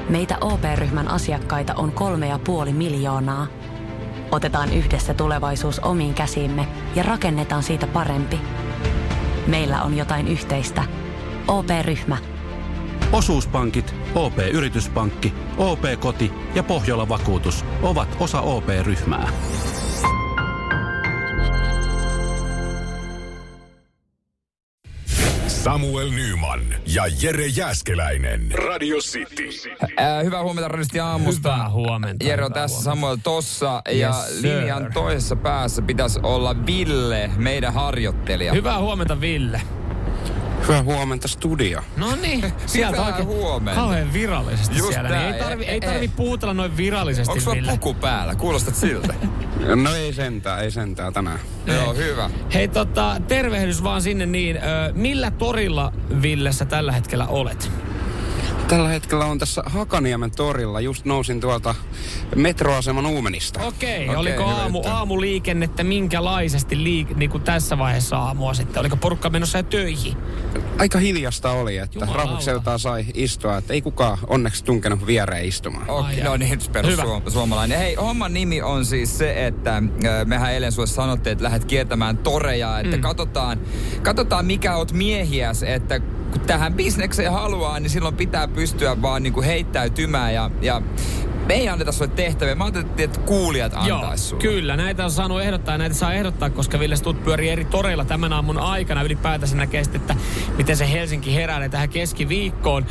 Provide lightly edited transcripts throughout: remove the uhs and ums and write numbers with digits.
Meitä OP-ryhmän asiakkaita on 3,5 miljoonaa. Otetaan yhdessä tulevaisuus omiin käsiimme ja rakennetaan siitä parempi. Meillä on jotain yhteistä. OP-ryhmä. Osuuspankit, OP-yrityspankki, OP-koti ja Pohjola-vakuutus ovat osa OP-ryhmää. Samuel Nyman ja Jere Jääskeläinen. Radio City. Hyvää huomenta radiosti aamusta. Hyvää huomenta. Jere on tässä, huomenta. Samuel tossa. Yes, ja sir. linjan toisessa päässä pitäisi olla Ville, meidän harjoittelija. Hyvää huomenta, Ville. Hyvää huomenta, studio. No niin, sieltä Hyvää oikein huomenta. kauhean virallisesti Just siellä. tää, Niin ei tarvi puhutella noin virallisesti, Onko sulla Ville. puku päällä? Kuulostat siltä. No ei sentään tänään. Joo, hyvä. Hei tervehdys vaan sinne niin. Millä torilla, Ville, sä tällä hetkellä olet? Tällä hetkellä on tässä Hakaniemen torilla. Just nousin tuolta metroaseman uumenista. Okei, Okei, oliko hyvä juttu. aamuliikennettä minkälaisesti niin kuin tässä vaiheessa aamua sitten? Oliko porukka menossa jo töihin? Aika hiljasta oli, että Jumalauta. rauhakseltaan sai istua. Että ei kukaan onneksi tunkenut viereen istumaan. Okei, Ai no niin, Hyvä. suomalainen. Hei, homman nimi on siis se, että mehän eilen sulle sanottiin, että lähdet kiertämään toreja, että katsotaan mikä oot miehiäs, että kun tähän bisnekseen haluaa, niin silloin pitää pystyä vaan niin kuin heittäytymään ja me ei anneta sulle tehtäviä. Mä ajattelin, että kuulijat antais sulle. Kyllä, näitä on saanut ehdottaa ja näitä saa ehdottaa, koska Ville Stut pyörii eri toreilla tämän aamun aikana. Ylipäätänsä näkee sitten, että miten se Helsinki heräilee tähän keskiviikkoon.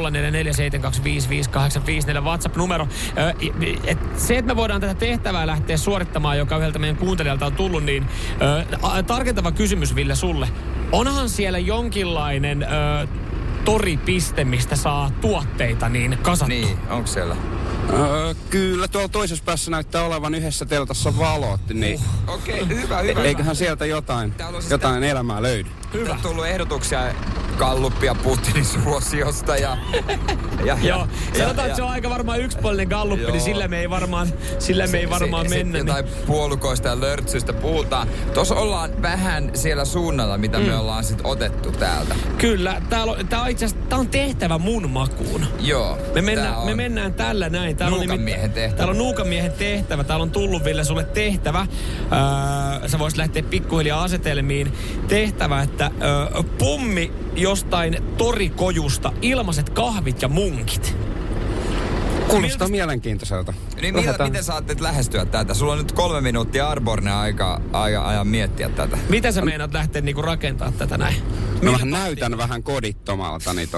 0447255854 WhatsApp-numero. Se, että me voidaan tätä tehtävää lähteä suorittamaan, joka yhdeltä meidän kuuntelijalta on tullut, niin tarkentava kysymys, Ville, sulle. Onhan siellä jonkinlainen toripiste, mistä saa tuotteita niin kasattu? Niin, onko siellä? Kyllä, tuolla toisessa päässä näyttää olevan yhdessä teltassa valot, niin Okei, hyvä. eiköhän sieltä jotain elämää löydy. Hyvä. On tullut ehdotuksia Galluppia Putinin suosiosta ja Joo, sanotaan, että se on aika varmaan yksipuolinen galluppi, Joo. niin sillä me ei varmaan mennä. Jotain puolukoista ja lörtsyistä puhutaan. Tuossa ollaan vähän siellä suunnalla, mitä me ollaan sit otettu täältä. Kyllä, tää on itse asiassa, tää on tehtävä mun makuun. Joo. Me mennään tällä näin. Nuukan miehen tehtävä. Täällä on Nuukan miehen tehtävä. Täällä on tullut, Ville, sulle tehtävä. Sä voisit lähteä pikkuhiljaa asetelmiin. Tehtävä, että pummi jostain torikojusta ilmaiset kahvit ja munkit. Kuulostaa mielenkiintoiselta. Niin Lähdetään. miten saatte lähentyä tätä? Sulla on nyt 3 minuuttia Arborne ajan miettiä tätä. Miten sä meinaat lähteä niinku rakentaa tätä näin? No mä näytän vähän kodittomalta, niin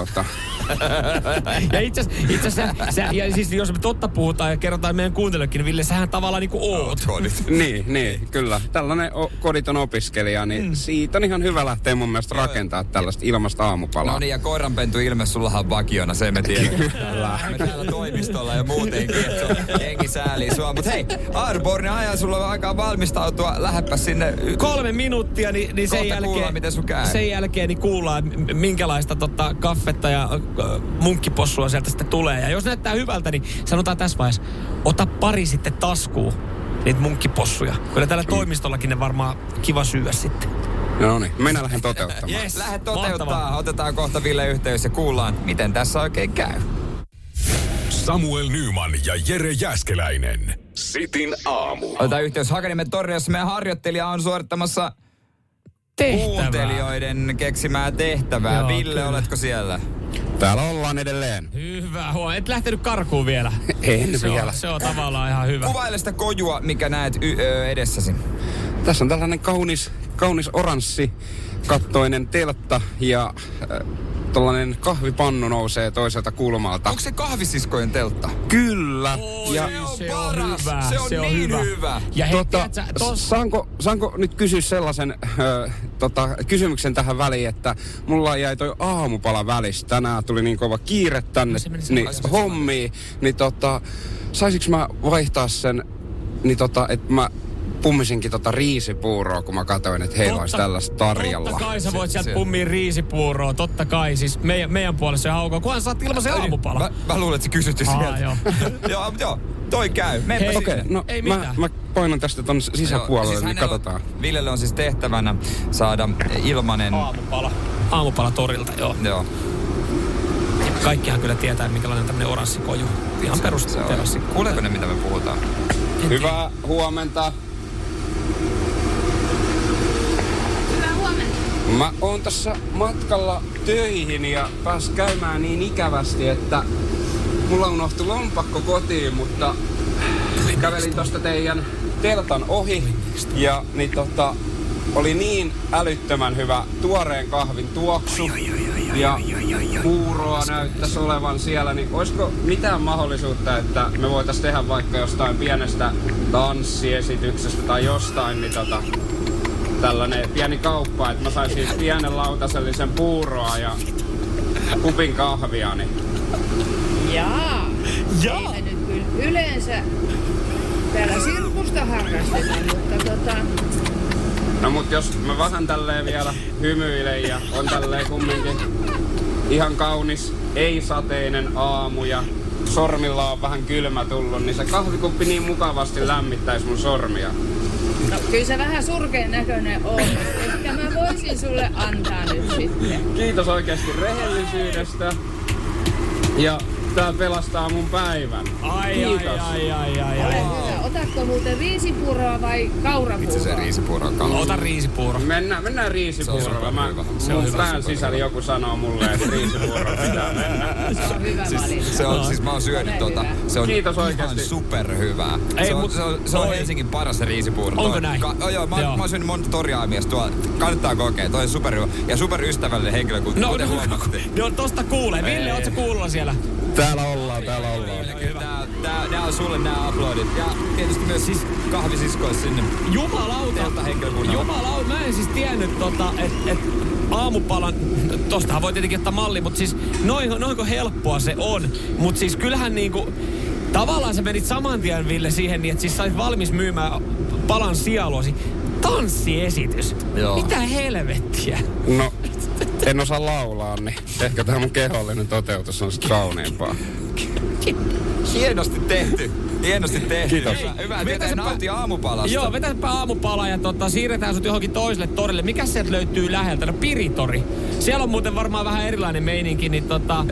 Ja itse asiassa, ja siis jos me totta puhutaan ja kerrotaan meidän kuuntelijoillekin, niin Ville, sähän tavallaan niinku oot. Niin, kyllä. Tällainen koditon opiskelija, niin siitä on ihan hyvä lähteä mun mielestä rakentaa tällaista ilmasta aamupalaa. No niin, ja koiranpentu ilme sullahan on vakiona, se me tiedämme. Me täällä toimistolla ja muutenkin, että jengi säälii sua. Mut hei, Arborne ajan sulla on aikaa valmistautua, lähdepä sinne. 3 minuuttia, niin sen Kohta kuullaan, jälkeen, miten sun käy. sen jälkeen niin kuullaan, minkälaista kaffetta ja munkkipossua sieltä sitten tulee. Ja jos näyttää hyvältä, niin sanotaan tässä vaiheessa, ota pari sitten taskuun niitä munkkipossuja. Kyllä täällä toimistollakin ne varmaan kiva syödä sitten. No niin, minä lähden toteuttamaan. Yes, Lähde toteuttaa, mahtavaa. otetaan kohta Ville yhteys ja kuullaan, miten tässä oikein käy. Samuel Nyman ja Jere Jääskeläinen. Sitin aamu. Otetaan yhteys Hakaniemen torille, jossa meidän harjoittelija on suorittamassa Tehtävää. kuuntelijoiden keksimää tehtävää. Joo, Ville, kyllä. oletko siellä? Täällä ollaan edelleen. Hyvä huomenta. Et lähtenyt karkuun vielä. En vielä. Se on tavallaan ihan hyvä. Kuvaile sitä kojua, mikä näet edessäsi. Tässä on tällainen kaunis oranssi kattoinen teltta ja tollainen kahvipannu nousee toiselta kulmalta. Onko se kahvisiskojen teltta? Kyllä. Ja Se on hyvä. Se on niin hyvä. Ja hei, tiedätkö, saanko nyt kysyä sellaisen kysymyksen tähän väliin, että mulla jäi toi aamupala välistä. Tänään tuli niin kova kiire tänne Se meni hommiin. Niin saisinko mä vaihtaa sen, niin että mä pummisinkin riisipuuroa, kun mä katsoin, että heillä olisi tällaista tarjolla. Totta kai sä voit sieltä se- pummia riisipuuroa, totta kai. Siis meidän puolessa on haukoo, kunhan saat ilmaisen aamupala. Mä luulen, että se kysytty sieltä. Joo. joo, toi käy. Menpä Hei, sinne. Okei, no Ei mitään. mä poinan tästä ton sisäpuolelle, niin hänellä katsotaan. Villelle on siis tehtävänä saada ilmanen... Aamupala torilta, joo. Joo. Kaikkihan kyllä tietää, minkälainen tämmöinen oranssi-koju. Ihan perusterassi. Kuuleeko ne, mitä me puhutaan? Hyvää huomenta. Hyvää huomenta. Mä oon tässä matkalla töihin ja pääs käymään niin ikävästi, että mulla unohtui lompakko kotiin, mutta kävelin tosta teidän teltan ohi ja niin oli niin älyttömän hyvä tuoreen kahvin tuoksu ja puuroa näyttäisi olevan siellä, niin olisiko mitään mahdollisuutta, että me voitaisiin tehdä vaikka jostain pienestä tanssiesityksestä tai jostain, niin tällainen pieni kauppa, että mä saisin pienen lautasellisen puuroa ja kupin kahvia, niin... Jaa. Ei nyt kyllä yleensä täällä sirkusta harrastetaan, mutta No mut jos mä vähän tälleen vielä hymyilen ja on tälleen kumminkin ihan kaunis, ei-sateinen aamu ja sormilla on vähän kylmä tullut, niin se kahvikuppi niin mukavasti lämmittäisi mun sormia. No kyllä se vähän surkeen näköinen on. Ehkä mä voisin sulle antaa nyt sitten. Kiitos oikeasti rehellisyydestä. Ja tää pelastaa mun päivän. Kiitos. Ole hyvä. Otatko muuten riisipuuroa vai kaurapuuroa? Itse se riisipuuro on kallis. Ota riisipuuro. Mennään riisipuurolla. Mun pään sisällä joku sanoo mulle, että riisipuuro pitää mennä. Se on hyvä valinta. Siis mä oon syönyt se on Kiitos oikeasti. ihan superhyvää. Ei, se on Helsingin paras se riisipuuro. Onko näin? Joo, mä oon syönyt monta toriaamies tuolla. Kannattaa kokea, toi on superhyvä. Ja superystävällinen henkilö, kuten huomattiin. No tosta kuulee. Ville, ootko kuulolla siellä? Täällä ollaan. Nää on sulle nää aplodit. Ja tietysti myös siis kahvisiskois sinne. Jumalauta. Henkilökunnalle. Mä en siis tiennyt että aamupalan, tostahan voi tietenkin ottaa malli, mutta siis noinko helppoa se on. Mutta siis kyllähän niinku, tavallaan sä menit saman tien, Ville, siihen, niin että siis sait valmis myymään palan sieluosi. Tanssiesitys. Joo. Mitä helvettiä? No, en osaa laulaa, niin ehkä tämä mun kehollinen toteutus on sitten kauniimpaa. Hienosti tehty. Kiitos. Hyvä, että nauti aamupalasta. Joo, vetäpä aamupala ja siirretään sut johonkin toiselle torille. Mikä sieltä löytyy läheltä? No Piritori. Siellä on muuten varmaan vähän erilainen meininki, niin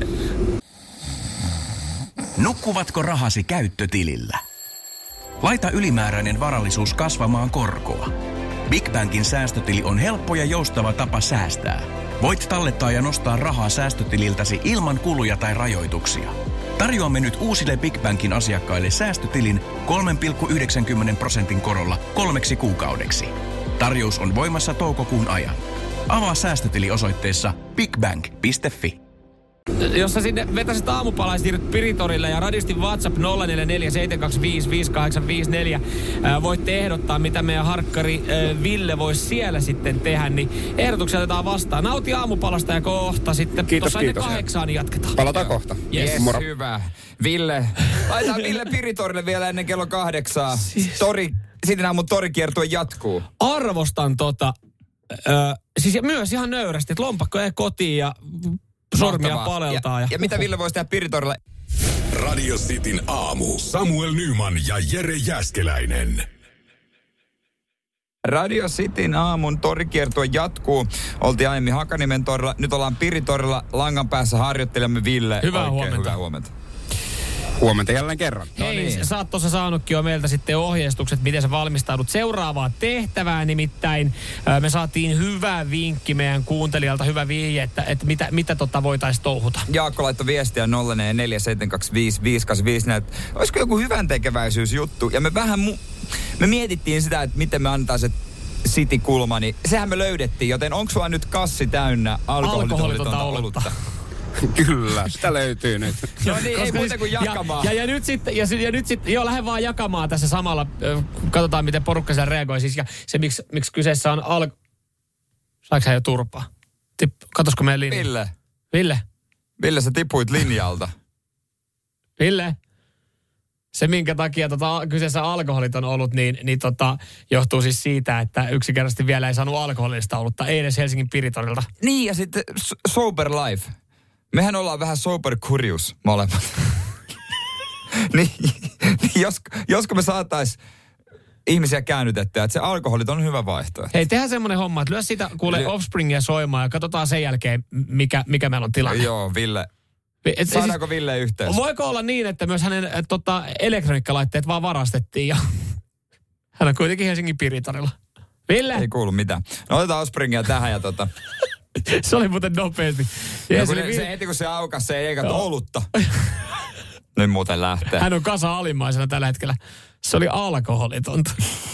Nukkuvatko rahasi käyttötilillä? Laita ylimääräinen varallisuus kasvamaan korkoa. Big Bankin säästötili on helppo ja joustava tapa säästää. Voit tallettaa ja nostaa rahaa säästötililtäsi ilman kuluja tai rajoituksia. Tarjoamme nyt uusille Big Bankin asiakkaille säästötilin 3,90% korolla 3 kuukaudeksi. Tarjous on voimassa toukokuun ajan. Avaa säästötili osoitteessa bigbank.fi. Jos sä sinne vetäisit aamupalaa ja siirryt Piritorille ja radistin WhatsApp 0447255854, voitte ehdottaa, mitä meidän harkkari Ville voisi siellä sitten tehdä, niin ehdotuksia otetaan vastaan. Nauti aamupalasta ja kohta sitten tuossa ennen 8 niin jatketaan. Palataan kohta. Yes, hyvä. Ville, laitetaan Ville Piritorille vielä ennen kello 8. Sitten aamun torikiertue jatkuu. Arvostan siis myös ihan nöyrästi, että lompakko ei kotiin ja sormia paleltaa. Ja mitä Ville voisi tehdä Piritorilla? Radio Cityn aamu. Samuel Nyman ja Jere Jääskeläinen. Radio Cityn aamun torikiertue jatkuu. Oltiin aiemmin Hakaniemen torilla. Nyt ollaan Piritorilla. Langan päässä harjoittelemme Ville. Hyvää huomenta. Hyvää huomenta. Huomenta jälleen kerran. Hei, niin. Sä oot tuossa saanutkin jo meiltä sitten ohjeistukset, miten sä valmistaudut seuraavaan tehtävään. Nimittäin me saatiin hyvä vinkki meidän kuuntelijalta, hyvä vihje, että mitä voitaisiin touhuta. Jaakko laittoi viestiä 0447255854. Olisiko joku hyvän tekeväisyysjuttu? Ja me vähän me mietittiin sitä, että miten me antaa se City-kulma, niin sehän me löydettiin. Joten onko sulla nyt kassi täynnä alkoholitonta olutta? Kyllä, sitä löytyy nyt. No niin, ei muuta kuin jakamaan. Ja nyt sitten, joo, lähden vaan jakamaan tässä samalla. Katsotaan, miten porukka siellä reagoi. Siis, ja se, miksi kyseessä on Saiko hän jo turpaa? Katosko meidän linja? Ville, sä tipuit linjalta. Ville? Se, minkä takia kyseessä alkoholiton ollut, niin johtuu siis siitä, että yksinkertaisesti vielä ei saanut alkoholista olutta. Ei edes Helsingin Piritorilta. Niin, ja sitten sober life. Mehän ollaan vähän sober curious molemmat. niin, josko me saatais ihmisiä käännytettyä, että se alkoholit on hyvä vaihtoehto. Hei, tehdään semmoinen homma, että lyö sitä Offspringia soimaan ja katsotaan sen jälkeen, mikä meillä on tilanne. Joo, Ville. Saadaanko Ville yhteys? Voiko olla niin, että myös hänen elektroniikkalaitteet vaan varastettiin ja hän on kuitenkin Helsingin Piritorilla. Ville? Ei kuulu mitään. No otetaan Ospringia tähän ja Se oli muuten nopeasti. Se heti kun se aukas, se ei olutta. Nyt muuten lähtee. Hän on kasa-alimmaisena tällä hetkellä. Se oli alkoholitonta.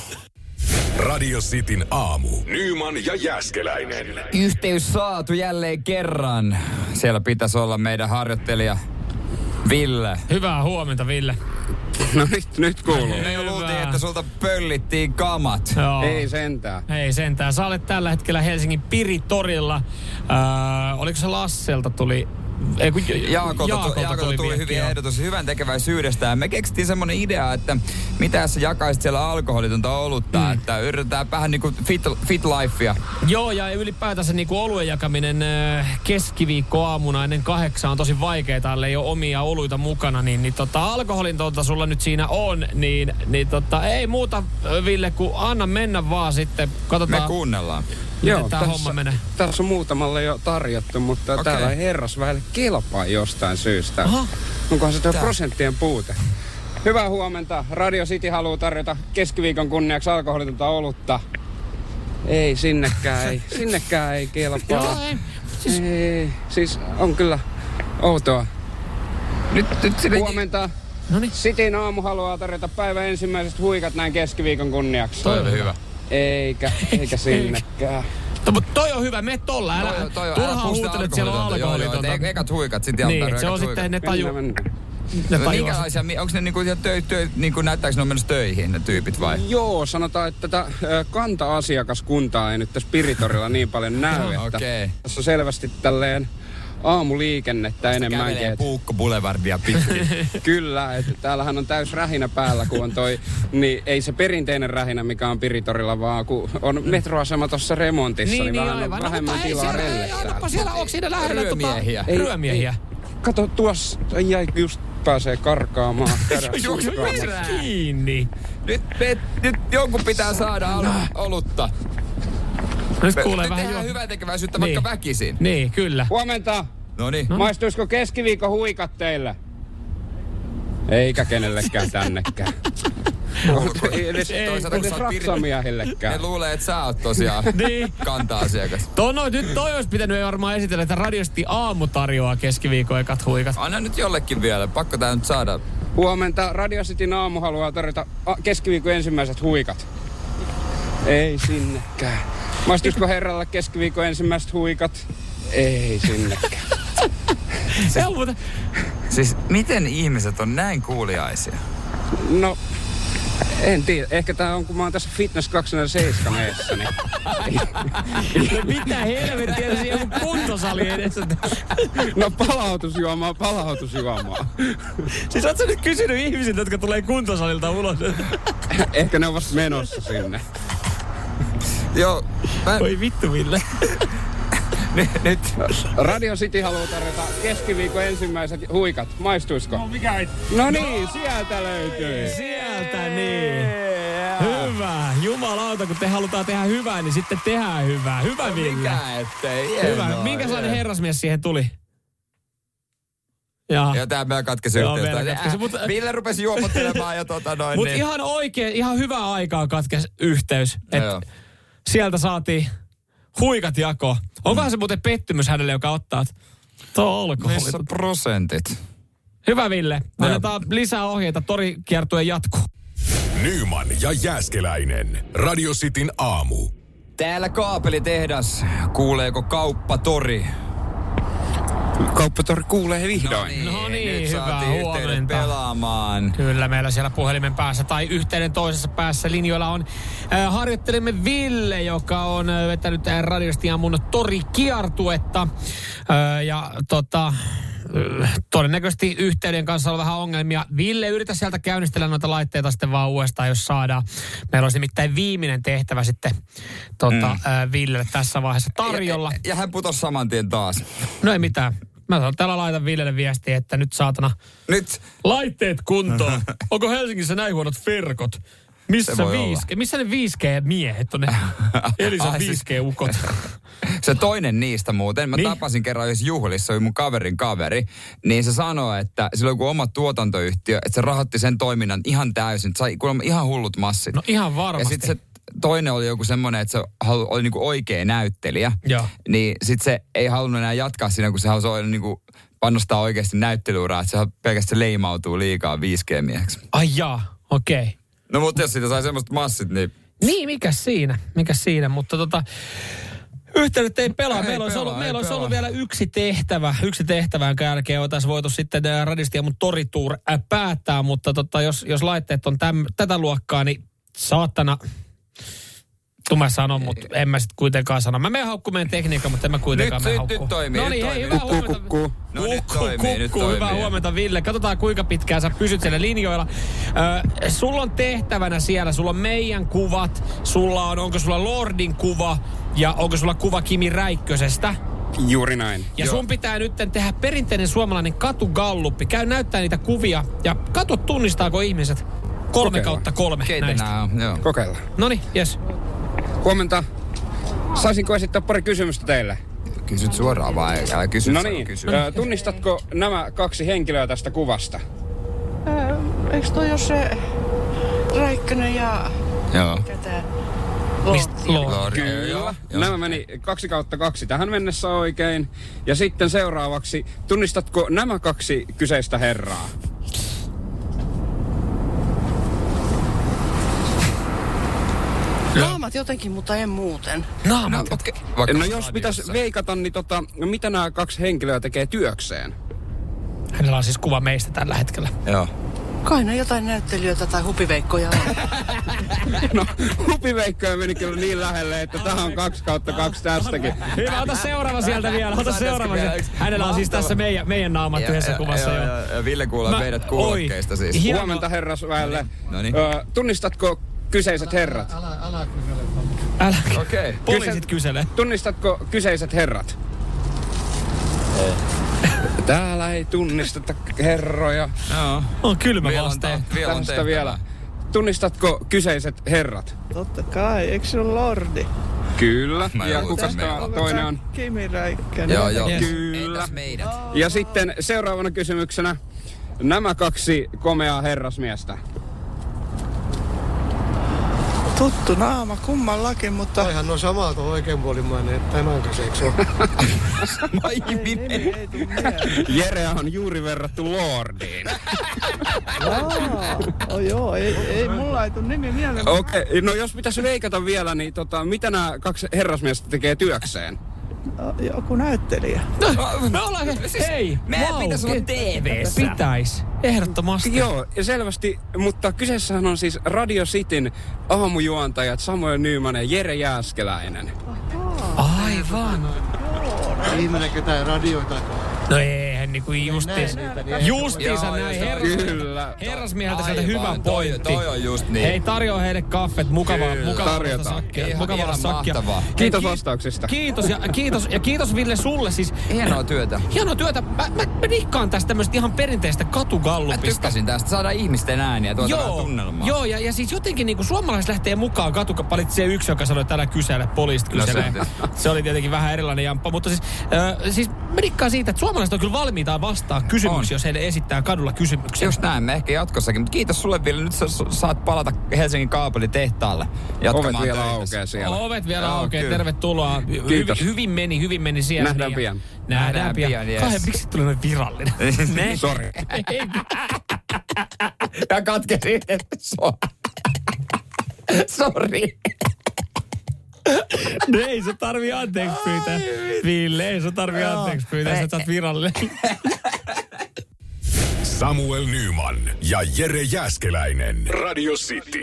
Radio Cityn aamu. Nyman ja Jääskeläinen. Yhteys saatu jälleen kerran. Siellä pitäisi olla meidän harjoittelija Ville. Hyvää huomenta, Ville. No nyt kuuluu. Me jo luultiin, että sulta pöllittiin kamat. Joo. Ei sentään. Sä olet tällä hetkellä Helsingin Piritorilla. Oliko se Lasselta tuli... Jaakolta tuli hyviä ehdotus hyvän tekeväisyydestä. Ja me keksittiin semmonen idea, että mitä jos sä jakaisit siellä alkoholitonta olutta, että yritetään vähän niinku fit lifea. Joo, ja ylipäätänsä niinku oluen jakaminen keskiviikkoaamuna ennen 8 on tosi vaikeaa, ellei ei ole omia oluita mukana, niin alkoholitonta sulla nyt siinä on, niin ei muuta, Ville, kun anna mennä vaan sitten. Katsotaan. Me kuunnellaan. Joo, tässä on muutamalle jo tarjottu, mutta täällä ei herrasväelle kelpaa jostain syystä. Aha. Onkohan se tuo prosenttien puute? Hyvää huomenta. Radio City haluaa tarjota keskiviikon kunniaksi alkoholitonta olutta. Ei, sinnekään ei kelpaa. Joo, ei. Siis on kyllä outoa. Nyt Huomenta. Noniin. Cityn aamu haluaa tarjota päivän ensimmäiset huikat näin keskiviikon kunniaksi. Toi oli hyvä. Eikä sinnekään. Mutta toi on hyvä, me tolla. Älä turhaan huutelet siellä alkoholitonta. Ekat huikat, sitten niin, se on sitten ne taju. Minkälaisia, onko ne niinku niinku näyttääkö ne on menossa töihin ne tyypit vai? Joo, sanotaan, että tätä kanta-asiakaskuntaa ei nyt tässä Piritorilla niin paljon näy, että tässä on selvästi tälleen aamuliikennettä enemmänkin. Kävelee Puukko Boulevardia pitkin. Kyllä, että täällähän on täys rähinä päällä, kun on niin ei se perinteinen rähinä, mikä on Piritorilla, vaan kun on metroasema tuossa remontissa, niin vähän on vähemmän tilaa rellettää. Annapa siellä, onko siinä lähellä ryömiehiä? Kato, tuossa jäi just pääsee karkaamaan. Kiinni. Nyt jonkun pitää saada olutta. Nyt kuulee vähän tehdään hyvää tekeväisyyttä vaikka väkisin. Niin, kyllä. Huomenta. Noniin. Maistuisiko keskiviikon huikat teille? Eikä kenellekään tännekään. Edes raksamiehillekään. Ne luulee, että sä oot tosiaan kanta-asiakas. Nyt toi olisi pitänyt varmaan esitellä, että radiosti aamu tarjoaa keskiviikon ekat huikat. Anna nyt jollekin vielä. Pakko tää nyt saada. Huomenta. Radio Cityn aamu haluaa tarjota keskiviikon ensimmäiset huikat. Ei sinnekään. Maistuisiko herralle keskiviikon ensimmäiset huikat? Ei sinnekään. Se on muuten... Siis miten ihmiset on näin kuuliaisia? No, en tiedä. Ehkä tää on, kun mä oon tässä Fitness 207 meessä, niin... Mitä helvettiä, se joku kuntosali edessä. No palautusjuomaa. Siis ootko sä nyt kysynyt ihmisiltä, jotka tulee kuntosalilta ulos? Ehkä ne on vasta menossa sinne. Joo. Oi vittu, Ville. Nyt. Radio City haluaa tarjota keskiviikon ensimmäiset huikat. Maistuisiko? No mikä ei... No niin, sieltä löytyy. Sieltä niin. Hyvä. Jumalauta, kun te halutaan tehdä hyvää, niin sitten tehdään hyvää. Hyvä, Ville. Mikä ettei. Hyvä. Minkälainen herrasmies siihen tuli? Ja tää meillä katkesi yhteystä. Ville rupesi juopottelemaan ja Mut niin. Ihan oikein, ihan hyvää aikaa katkesi yhteys. Sieltä saatiin huikat jako. Onkohan se muuten pettymys hänelle, joka ottaa tuo alkoholi? Missä prosentit? Hyvä, Ville. Annetaan lisää ohjeita. Torikiertue jatkuu. Nyman ja Jääskeläinen. Radio Cityn aamu. Täällä kaapelitehdas. Kuuleeko kauppatori? Kauppatori kuulee vihdoin. No niin, nyt hyvää huomenta. Pelaamaan. Kyllä, meillä siellä puhelimen päässä tai yhteyden toisessa päässä linjoilla on harjoittelemme Ville, joka on vetänyt radiosti aamun torikiertuetta. Todennäköisesti yhteyden kanssa on vähän ongelmia. Ville, yritä sieltä käynnistellä noita laitteita sitten vaan uudestaan, jos saadaan. Meillä olisi nimittäin viimeinen tehtävä sitten Villelle tässä vaiheessa tarjolla. Ja hän putosi saman tien taas. No ei mitään. Mä täällä laitan Villelle viestiä, että nyt saatana. Nyt. Laitteet kuntoon. Onko Helsingissä näin huonot verkot? Missä ne 5G-miehet on ne Elisan 5G-ukot? Se toinen niistä muuten, mä tapasin kerran yhdessä juhlissa, oli mun kaverin kaveri, niin se sanoi, että sillä oli oma tuotantoyhtiö, että se rahoitti sen toiminnan ihan täysin, sai kuulemma ihan hullut massit. No ihan varmasti. Ja sitten se toinen oli joku semmoinen, että se oli niinku oikea näyttelijä. Joo. Niin sit se ei halunnut enää jatkaa siinä, kun se halusi niinku panostaa oikeasti näyttelyuraa, että se pelkästään leimautuu liikaa 5G-mieheksi. Ai jaa, okei. Okay. No mutta jos siitä sai semmoista massit, niin... Niin, mikäs siinä, mutta yhteydet ei pelaa. Meillä olisi ollut vielä yksi tehtävä, jonka jälkeen oltaisiin voitu sitten Radistia mun Torituur päättää, mutta jos laitteet on tätä luokkaa, niin saatana... Mä sanon, mutta en mä sit kuitenkaan sano. Mä menen haukkumaan meidän tekniikka, mutta en mä kuitenkaan mene haukkumaan. Nyt toimii. No niin, hei, hyvää huomenta. Nyt toimii. Hyvää huomenta, Ville. Katsotaan, kuinka pitkään sä pysyt siellä linjoilla. Sulla on tehtävänä siellä, sulla on meidän kuvat, onko sulla Lordin kuva ja onko sulla kuva Kimi Räikkösestä? Juuri näin. Ja sun pitää nyt tehdä perinteinen suomalainen katugalluppi. Käy näyttää niitä kuvia ja katso, tunnistaako ihmiset 3/3 Keitä näistä. Nää on? Joo. Kokeillaan. Noniin, jes. Huomenta. Saisinko esittää pari kysymystä teille? Kysyt suoraan vai älä kysy. No niin. Tunnistatko nämä 2 henkilöä tästä kuvasta? Eikö toi ole se Räikkönen ja... Joo. Mikä tää? Lordi. Kyllä. Nämä meni 2/2 tähän mennessä oikein. Ja sitten seuraavaksi, tunnistatko nämä 2 kyseistä herraa? Naamat jotenkin, mutta en muuten. Naamat? No jos pitäisi veikata, niin mitä nämä 2 henkilöä tekee työkseen? Hänellä on siis kuva meistä tällä hetkellä. Joo. Kai ne jotain näyttelijöitä tai hupiveikkoja on. No, hupiveikkoja meni kyllä niin lähelle, että tähän on 2/2 tästäkin. Hyvä, ota seuraava sieltä vielä. Hänellä on siis tässä meidän naamat yhdessä kuvassa. Ja Ville kuulee meidät kuulokkeista siis. Huomenta herrasväelle. Noniin. Tunnistatko kyseiset herrat? Älä. Okei. Poliisit kyselee. Tunnistatko kyseiset herrat? Ei. Täällä ei tunnisteta herroja. Joo. On kylmä vastaan. Tästä vielä. Tunnistatko kyseiset herrat? Totta kai, eikö se ole Lordi? Kyllä. Ja kuka toinen on? Kimi Räikkönen. Joo. Kyllä. Entäs meidät? Ja sitten seuraavana kysymyksenä. Nämä 2 komeaa herrasmiestä. Tuttu naama kummallakin, mutta... Toihan on samalta oikeanpuolimainen tämän käseeksi on. Jere on juuri verrattu Lordiin. Joo, ei mulla ei tule nimi mieleen. Okei, no jos pitäisi veikata vielä, niin mitä nämä 2 herrasmiestä tekee työkseen? Joku näyttelijä. Me ollaan... Hei, meidän pitäisi olla TV:ssä. Pitäis. Ehdottomasti. Joo, ja selvästi, mutta kyseessähän on siis Radio Cityn aamujuontajat Samuel Nyman ja Jere Jääskeläinen. Aivan. Viimeinen ketään radioita. No eihän niinku justiinsa näin herrasmieheltä sieltä hyvä pointti. Toi on just niin. Hei, tarjoa heille kaffet, mukavaa sakkia. Mukavaa sakkia. Kiitos vastauksista. Kiitos Ville sulle siis. Hienoa työtä. Mä dikkaan tästä tämmöistä ihan perinteistä katugallupista. Mä tykkäsin tästä. Saadaan ihmisten ääniä tuota tunnelmaa. Joo, ja siis jotenkin niinku suomalaiset lähtee mukaan valitsi se yksi, joka sanoi, että älä kysele, poliisit kyselee. Se oli tietenkin vähän erilainen jamppa, mutta siis mä dikkaan siitä, että suomalaiset on kyllä valmiita vastaa kysymyksiä, jos heille esittää kadulla kysymyksiä. Just näin, me ehkä jatkossakin. Mutta kiitos sulle Ville. Nyt sä saat palata Helsingin kaapelitehtaalle. Ovet vielä aukeaa siellä. Ovet vielä aukeaa. Tervetuloa. Hyvin meni siellä. Nähdään pian. Yes. Miksi tuli noin virallinen? Sori. Ja katkeri. Sori. No ei se tarvii anteeksi pyytää. Ville, ei se tarvii anteeksi pyytää. Sä oot virallinen. Samuel Nyman ja Jere Jääskeläinen. Radio City.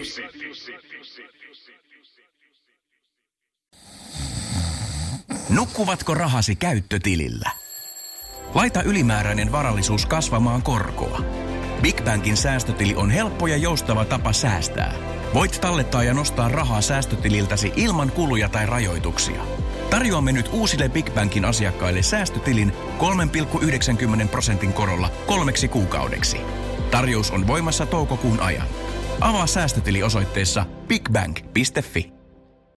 Nukkuvatko rahasi käyttötilillä? Laita ylimääräinen varallisuus kasvamaan korkoa. Big Bankin säästötili on helppo ja joustava tapa säästää. Voit tallettaa ja nostaa rahaa säästötililtäsi ilman kuluja tai rajoituksia. Tarjoamme nyt uusille Big Bankin asiakkaille säästötilin 3,90% korolla 3 kuukaudeksi. Tarjous on voimassa toukokuun ajan. Avaa säästötili osoitteessa bigbank.fi.